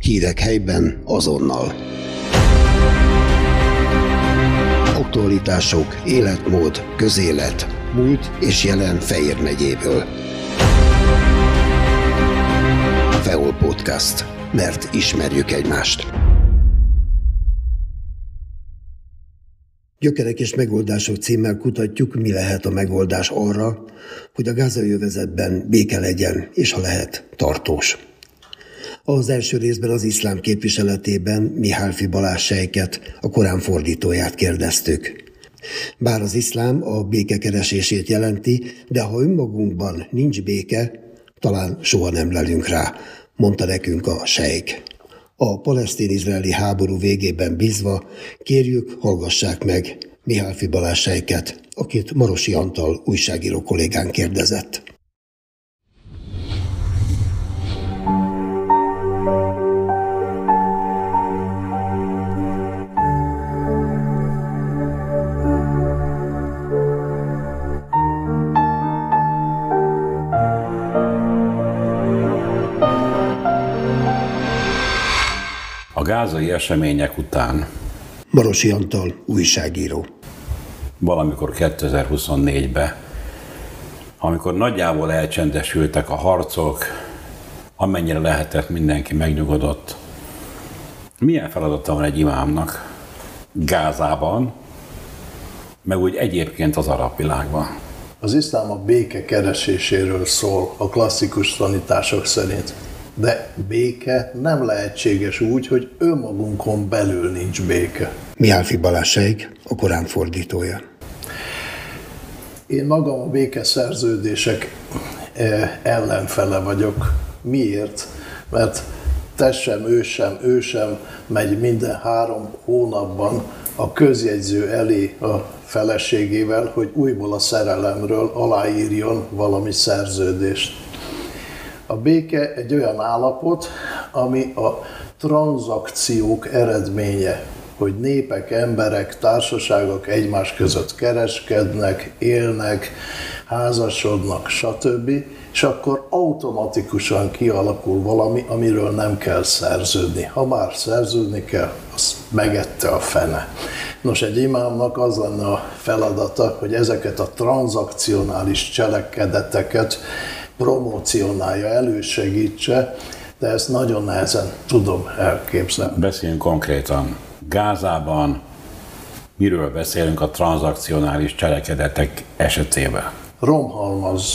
Hírek helyben azonnal. Aktualitások, életmód, közélet, múlt és jelen Fejér megyéből. FEOL Podcast, mert ismerjük egymást. Gyökerek és megoldások címmel kutatjuk, mi lehet a megoldás arra, hogy a gázai övezetben béke legyen, és ha lehet, tartós. Az első részben az iszlám képviseletében Mihalfi Balázs sejket, a Korán fordítóját kérdeztük. Bár az iszlám a béke keresését jelenti, de ha önmagunkban nincs béke, talán soha nem lelünk rá, mondta nekünk a sejk. A palesztin-izraeli háború végében bízva kérjük, hallgassák meg Mihalfi Balázs sejket, akit Marosi Antal újságíró kollégán kérdezett. A gázai események után Marosi Antal újságíró. Valamikor 2024-ben, amikor nagyjából elcsendesültek a harcok, amennyire lehetett, mindenki megnyugodott. Milyen feladata van egy imámnak Gázában, meg úgy egyébként az arab világban? Az iszlám a béke kereséséről szól a klasszikus tanítások szerint. De béke nem lehetséges úgy, hogy önmagunkon belül nincs béke. Mihalfi Balázs sejk, a Korán fordítója. Én magam a békeszerződések ellenfele vagyok. Miért? Mert te sem, ő sem megy minden 3 hónapban a közjegyző elé a feleségével, hogy újból a szerelemről aláírjon valami szerződést. A béke egy olyan állapot, ami a tranzakciók eredménye, hogy népek, emberek, társaságok egymás között kereskednek, élnek, házasodnak, stb. És akkor automatikusan kialakul valami, amiről nem kell szerződni. Ha már szerződni kell, azt megette a fene. Nos, egy imámnak az lenne a feladata, hogy ezeket a tranzakcionális cselekedeteket promócionálja, elősegítse, de ezt nagyon nehezen tudom elképzelni. Beszéljünk konkrétan. Gázában miről beszélünk a tranzakcionális cselekedetek esetében? Romhalmaz,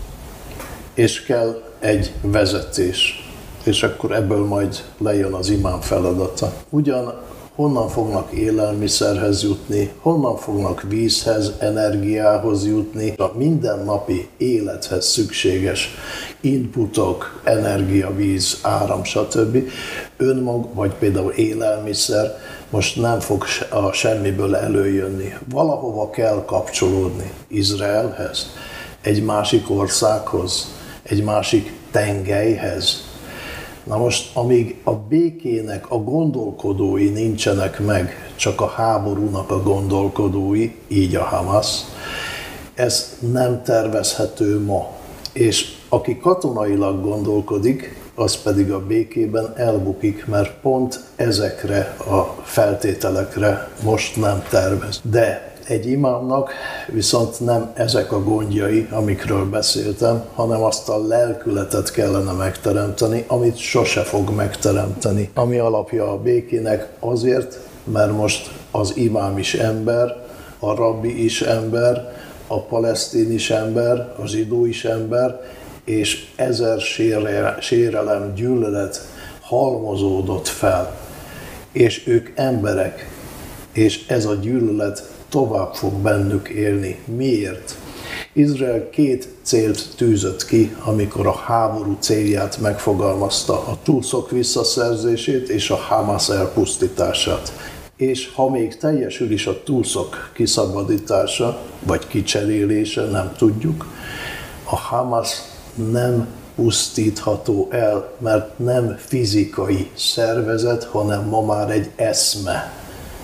és kell egy vezetés, és akkor ebből majd lejön az imám feladata. Ugyan honnan fognak élelmiszerhez jutni, honnan fognak vízhez, energiához jutni, a mindennapi élethez szükséges inputok, energia, víz, áram, stb. Vagy például élelmiszer most nem fog a semmiből előjönni. Valahova kell kapcsolódni. Izraelhez, egy másik országhoz, egy másik tengelyhez. Na most, amíg a békének a gondolkodói nincsenek meg, csak a háborúnak a gondolkodói, így a Hamas, ez nem tervezhető ma. És aki katonailag gondolkodik, az pedig a békében elbukik, mert pont ezekre a feltételekre most nem tervez. De egy imámnak viszont nem ezek a gondjai, amikről beszéltem, hanem azt a lelkületet kellene megteremteni, amit sose fog megteremteni. Ami alapja a békének azért, mert most az imám is ember, a rabbi is ember, a palesztin is ember, a zsidó is ember, és 1000 sérelem, gyűlölet halmozódott fel. És ők emberek, és ez a gyűlölet tovább fog bennük élni. Miért? Izrael 2 célt tűzött ki, amikor a háború célját megfogalmazta, a túszok visszaszerzését és a Hamas elpusztítását. És ha még teljesül is a túszok kiszabadítása, vagy kicserélése, nem tudjuk, a Hamas nem pusztítható el, mert nem fizikai szervezet, hanem ma már egy eszme.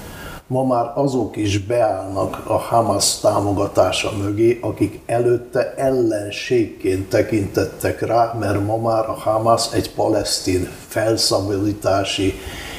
ma már azok is beállnak a Hamas támogatása mögé, akik előtte ellenségként tekintettek rá, mert ma már a Hamas egy palesztin felszabadítási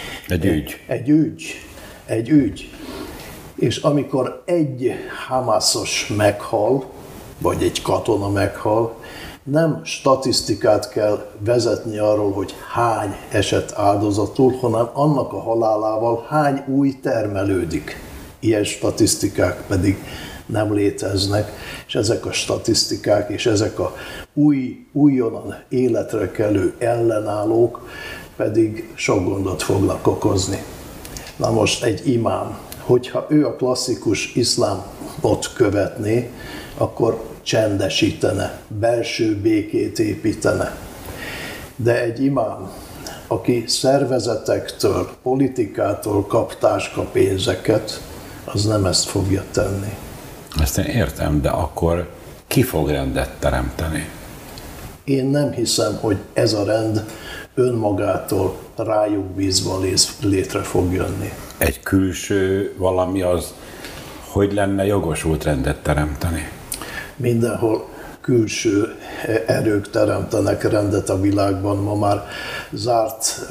egy ügy. És amikor egy Hamasos meghal, vagy egy katona meghal, nem statisztikát kell vezetni arról, hogy hány esett áldozatul, hanem annak a halálával hány új termelődik. Ilyen statisztikák pedig nem léteznek, és ezek a statisztikák és ezek a újonnan életre kelő ellenállók pedig sok gondot fognak okozni. Na most egy imám, hogyha ő a klasszikus iszlámot követné, akkor csendesítene, belső békét építene. De egy imám, aki szervezetektől, politikától kap táskapénzeket, az nem ezt fogja tenni. Ezt én értem, de akkor ki fog rendet teremteni? Én nem hiszem, hogy ez a rend önmagától rájuk bízva létre fog jönni. Egy külső valami az, hogy lenne jogosult rendet teremteni? Mindenhol külső erők teremtenek rendet a világban, ma már zárt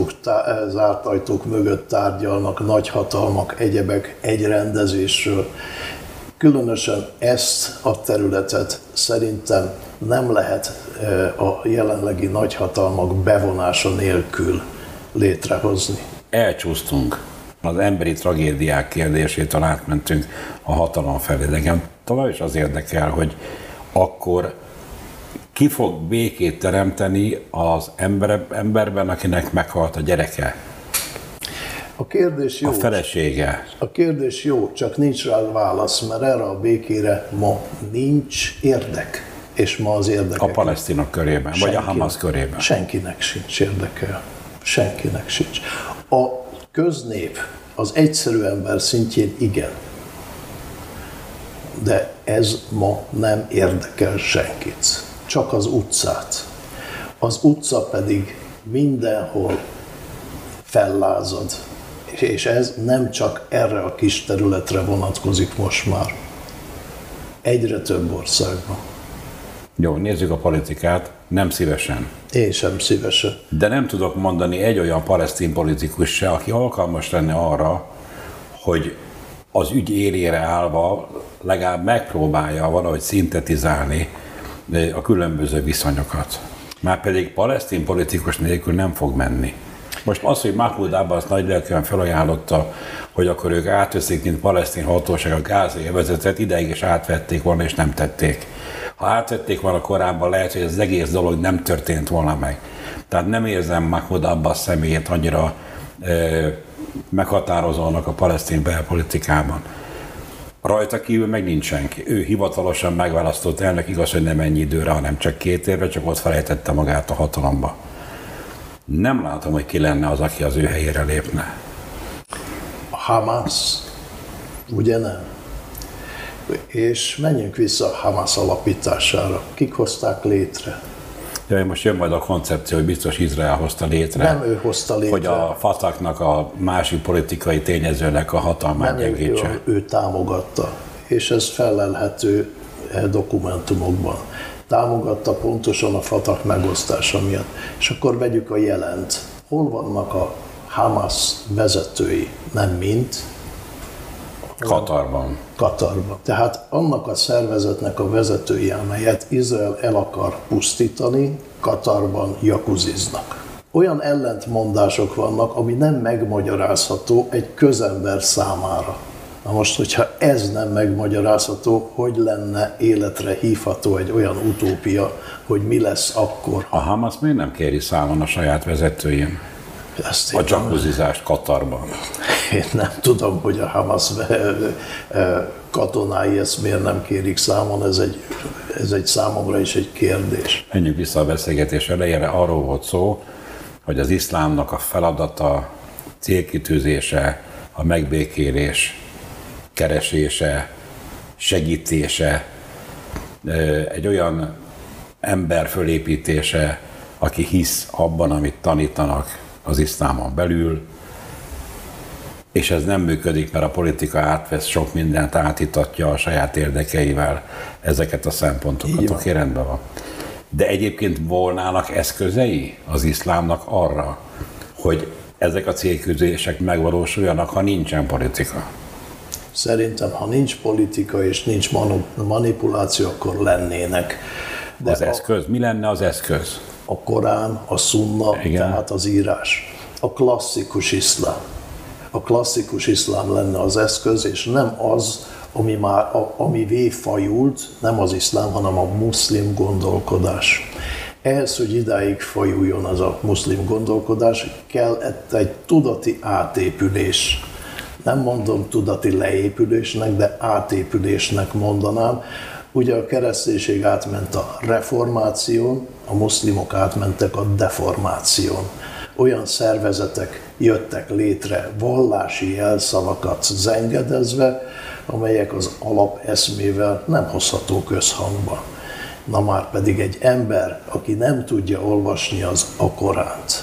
ajtók mögött tárgyalnak nagyhatalmak, egyebek egy rendezésről. Különösen ezt a területet szerintem nem lehet a jelenlegi nagyhatalmak bevonása nélkül létrehozni. Elcsúsztunk. Az emberi tragédiák kérdésétől átmentünk a hatalom felé. Nekem tovább is az érdekel, hogy akkor ki fog békét teremteni az emberben, akinek meghalt a gyereke? A kérdés jó. A felesége. A kérdés jó, csak nincs rá válasz, mert erre a békére ma nincs érdek. És ma az érdekek. A palesztinok körében, vagy a Hamas körében. Senkinek sincs érdeke. Senkinek sincs. A köznép, az egyszerű ember szintjén igen. De ez ma nem érdekel senkit. Csak az utcát. Az utca pedig mindenhol fellázad. És ez nem csak erre a kis területre vonatkozik most már. Egyre több országban. Jó, nézzük a politikát, nem szívesen. Én sem szívesen. De nem tudok mondani egy olyan palesztin politikus se, aki alkalmas lenne arra, hogy az ügy élére állva legalább megpróbálja valahogy szintetizálni a különböző viszonyokat. Márpedig palesztin politikus nélkül nem fog menni. Most az, hogy Mahmoud Abbas nagylelkűen felajánlotta, hogy akkor ők átveszik, mint palesztin hatóság a gázai övezetet, ideig is átvették volna, és nem tették. Ha átvették volna korábban, lehet, hogy az egész dolog nem történt volna meg. Tehát nem érzem Mahmoud Abbas személyét annyira meghatározónak a palesztin belpolitikában. Rajta kívül meg nincs senki. Ő hivatalosan megválasztott elnök, igaz, hogy nem ennyi időre, hanem csak 2 évre, csak ott felejtette magát a hatalomba. Nem látom, hogy ki lenne az, aki az ő helyére lépne. A Hamas, ugye nem? És menjünk vissza a Hamas alapítására. Kik hozták létre? Ja, most jön majd a koncepció, hogy biztos Izrael hozta létre. Nem ő hozta létre. Hogy a Fatahnak, a másik politikai tényezőnek a hatalmát gyengítse. Ő támogatta, és ez felelhető dokumentumokban. Támogatta pontosan a Fatah megosztása miatt. És akkor vegyük a jelent. Hol vannak a Hamas vezetői? Nem mind. Katarban. Katarban. Tehát annak a szervezetnek a vezetői, amelyet Izrael el akar pusztítani, Katarban jakuziznak. Olyan ellentmondások vannak, ami nem megmagyarázható egy közember számára. Na most, hogyha ez nem megmagyarázható, hogy lenne életre hívható egy olyan utópia, hogy mi lesz akkor? A Hamas miért nem kéri számon a saját vezetőjén? A jacuzizást Katarban. Én nem tudom, hogy a Hamas katonái ezt miért nem kérik számon, ez egy számomra is egy kérdés. Menjünk vissza a beszélgetés elejére, arról volt szó, hogy az iszlámnak a feladata, célkitűzése, a megbékélés keresése, segítése, egy olyan ember fölépítése, aki hisz abban, amit tanítanak az iszlámon belül, és ez nem működik, mert a politika átvesz sok mindent, átítatja a saját érdekeivel ezeket a szempontokat. Oké, rendben van. De egyébként volnának eszközei az iszlámnak arra, hogy ezek a célküzdések megvalósuljanak, ha nincsen politika? Szerintem, ha nincs politika és nincs manipuláció, akkor lennének. De az eszköz? Mi lenne az eszköz? A Korán, a Szunna, igen, tehát az írás. A klasszikus iszlám. A klasszikus iszlám lenne az eszköz, és nem az, ami véfajult, nem az iszlám, hanem a muszlim gondolkodás. Ehhez, hogy idáig fajuljon az a muszlim gondolkodás, kell egy tudati átépülés. Nem mondom tudati leépülésnek, de átépülésnek mondanám. Ugye a kereszténység átment a reformáción, a muszlimok átmentek a deformáción. Olyan szervezetek jöttek létre vallási jelszavakat zengedezve, amelyek az alapeszmével nem hozhatók összhangba. Na már pedig egy ember, aki nem tudja olvasni a Koránt,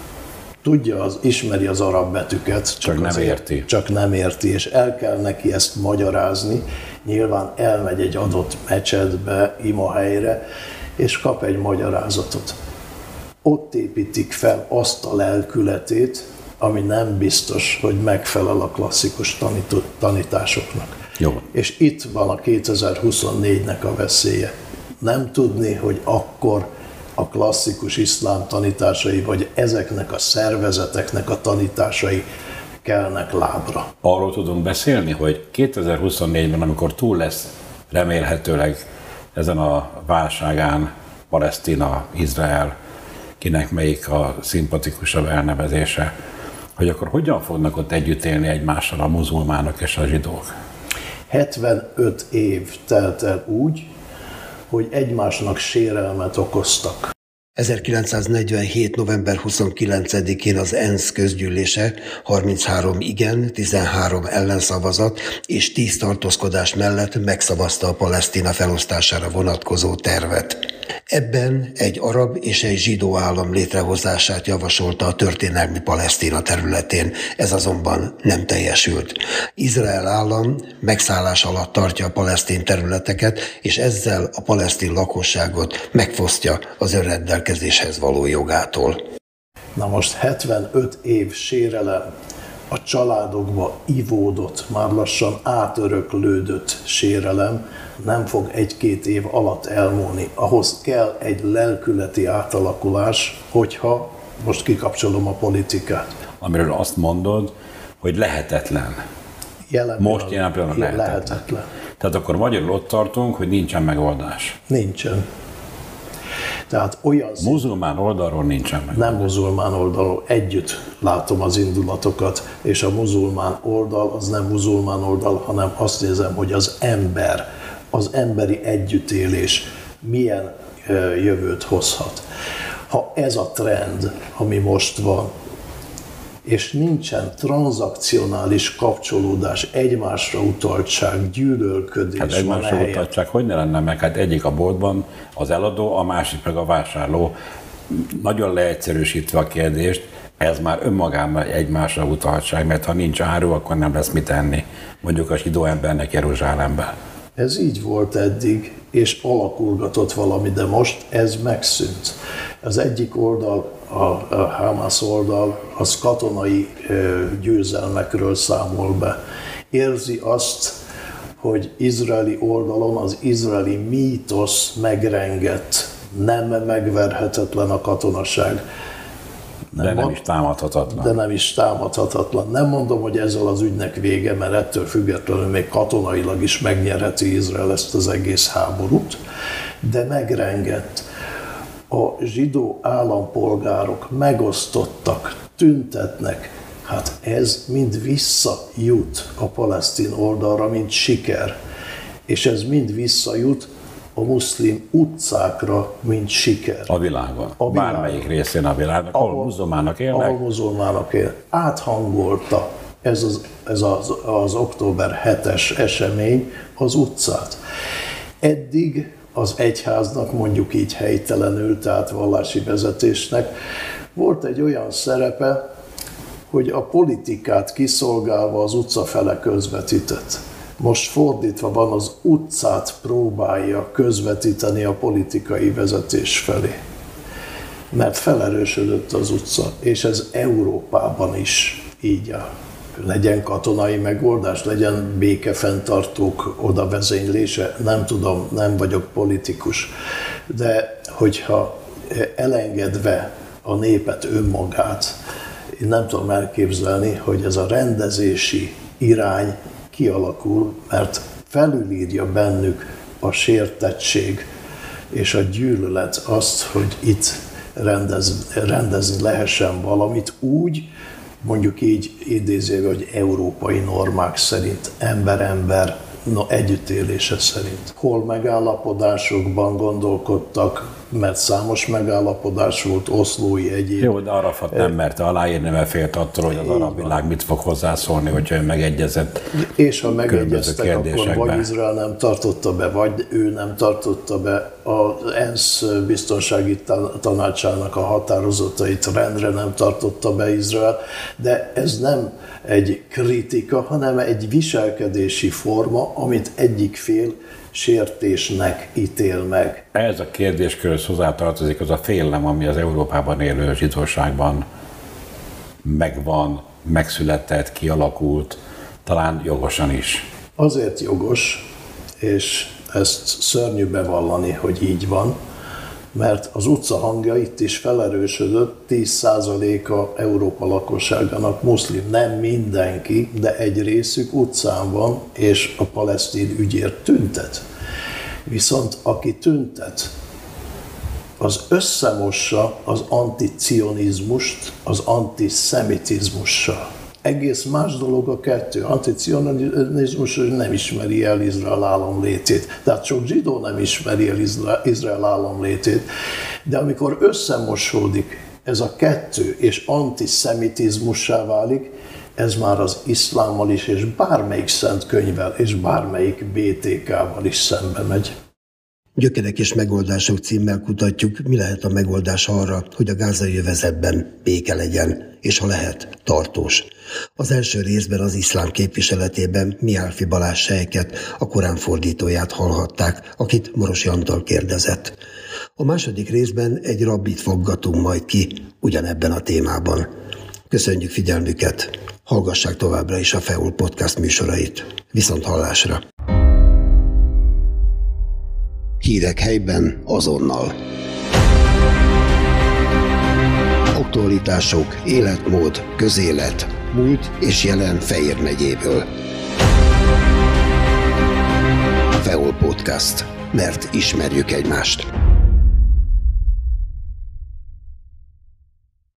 ismeri az arab betűket, csak nem érti, és el kell neki ezt magyarázni. Nyilván elmegy egy adott mecsetbe, imahelyre, és kap egy magyarázatot. Ott építik fel azt a lelkületét, ami nem biztos, hogy megfelel a klasszikus tanításoknak. Jó. És itt van a 2024-nek a veszélye. Nem tudni, hogy akkor a klasszikus iszlám tanításai, vagy ezeknek a szervezeteknek a tanításai kelnek lábra. Arról tudunk beszélni, hogy 2024-ben, amikor túl lesz remélhetőleg ezen a válságán Palesztina, Izrael, kinek melyik a szimpatikusabb elnevezése, hogy akkor hogyan fognak ott együtt élni egymással a muzulmánok és a zsidók? 75 év telt el úgy, hogy egymásnak sérelmet okoztak. 1947. november 29-én az ENSZ közgyűlése 33 igen, 13 ellenszavazat és 10 tartózkodás mellett megszavazta a Palesztina felosztására vonatkozó tervet. Ebben egy arab és egy zsidó állam létrehozását javasolta a történelmi Palesztina területén, ez azonban nem teljesült. Izrael állam megszállás alatt tartja a palesztin területeket, és ezzel a palesztin lakosságot megfosztja az önrendelkezéshez való jogától. Na most 75 év sérelem, a családokba ivódott, már lassan átöröklődött sérelem nem fog 1-2 év alatt elmúlni. Ahhoz kell egy lelkületi átalakulás, hogyha most kikapcsolom a politikát. Amiről azt mondod, hogy lehetetlen. Jelen pillanatban lehetetlen. Tehát akkor magyarul ott tartunk, hogy nincsen megoldás. Nincsen. Tehát olyan muzulmán oldalról nincsen meg. Nem muzulmán oldalról, együtt látom az indulatokat, és a muzulmán oldal az nem muzulmán oldal, hanem azt nézem, hogy az ember, az emberi együttélés milyen jövőt hozhat. Ha ez a trend, ami most van, és nincsen tranzakcionális kapcsolódás, egymásra utaltság, gyűlölködés. Hát egymásra utaltság hogy ne lenne meg? Hát egyik a boltban az eladó, a másik meg a vásárló. Nagyon leegyszerűsítve a kérdést, ez már önmagában egymásra utaltság, mert ha nincs áru, akkor nem lesz mit enni. Mondjuk a zsidó embernek Jeruzsálemben. Ez így volt eddig, és alakulgatott valami, de most ez megszűnt. Az egyik oldal, a Hamas oldal, az katonai győzelmekről számol be. Érzi azt, hogy izraeli oldalon az izraeli mítosz megrengett, nem megverhetetlen a katonaság. De nem is támadhatatlan. De nem is támadhatatlan. Nem mondom, hogy ezzel az ügynek vége, mert ettől függetlenül még katonailag is megnyerheti Izrael ezt az egész háborút, de megrengett. A zsidó állampolgárok megosztottak, tüntetnek. Hát ez mind visszajut a palesztin oldalra, mint siker. És ez mind visszajut a muszlim utcákra, mint siker. A világon. Bármelyik részén a világnak, ahol muzulmánok élnek. Ahol muzulmánok élnek. Áthangolta ez az október 7-es esemény az utcát. Eddig az egyháznak, mondjuk így helytelenül, tehát vallási vezetésnek volt egy olyan szerepe, hogy a politikát kiszolgálva az utca fele közvetített. Most fordítva van, az utcát próbálja közvetíteni a politikai vezetés felé. Mert felerősödött az utca, és ez Európában is így áll. Legyen katonai megoldás, legyen békefenntartók oda vezénylése, nem tudom, nem vagyok politikus. De hogyha elengedve a népet önmagát, én nem tudom elképzelni, hogy ez a rendezési irány kialakul, mert felülírja bennük a sértettség és a gyűlölet azt, hogy itt rendezni lehessen valamit úgy, mondjuk így idézővel, hogy európai normák szerint, ember-ember együttélése szerint. Hol megállapodásokban gondolkodtak, mert számos megállapodás volt, oszlói egyéb. Jó, de Arafat nem merte aláírni, mert félt attól, hogy az arab világ mit fog hozzászólni, hogyha ő megegyezett. És ha megegyeztek, akkor vagy Izrael nem tartotta be, vagy ő nem tartotta be az ENSZ biztonsági tanácsának a határozatait, rendre nem tartotta be Izrael, de ez nem egy kritika, hanem egy viselkedési forma, amit egyik fél sértésnek ítél meg. Ez a kérdéskörhöz hozzátartozik az a félelem, ami az Európában élő zsidóságban megvan, megszületett, kialakult, talán jogosan is. Azért jogos, és ezt szörnyű bevallani, hogy így van, mert az utca hangja itt is felerősödött, 10%-a Európa lakosságának muszlim. Nem mindenki, de egy részük utcán van, és a palesztin ügyért tüntet. Viszont aki tüntet, az összemossa az anticionizmust az antiszemitizmussal. Egész más dolog a kettő. Anticionizmus nem ismeri el Izrael államlétét. Tehát sok zsidó nem ismeri el Izrael államlétét. De amikor összemosódik ez a kettő, és antiszemitizmussá válik, ez már az iszlámmal is, és bármelyik szent könyvvel, és bármelyik BTK-val is szembe megy. Gyökerek és megoldások címmel kutatjuk, mi lehet a megoldás arra, hogy a gázai övezetben béke legyen, és ha lehet, tartós. Az első részben az iszlám képviseletében Miálfi Balázs Sejket, a Korán fordítóját hallhatták, akit Morosi Antal kérdezett. A második részben egy rabbit foggatunk majd ki ugyanebben a témában. Köszönjük figyelmüket, hallgassák továbbra is a FEOL podcast műsorait. Viszont hallásra! Hírek helyben azonnal. Aktualitások, életmód, közélet, múlt és jelen Fejér megyéből. FEOL podcast, mert ismerjük egymást.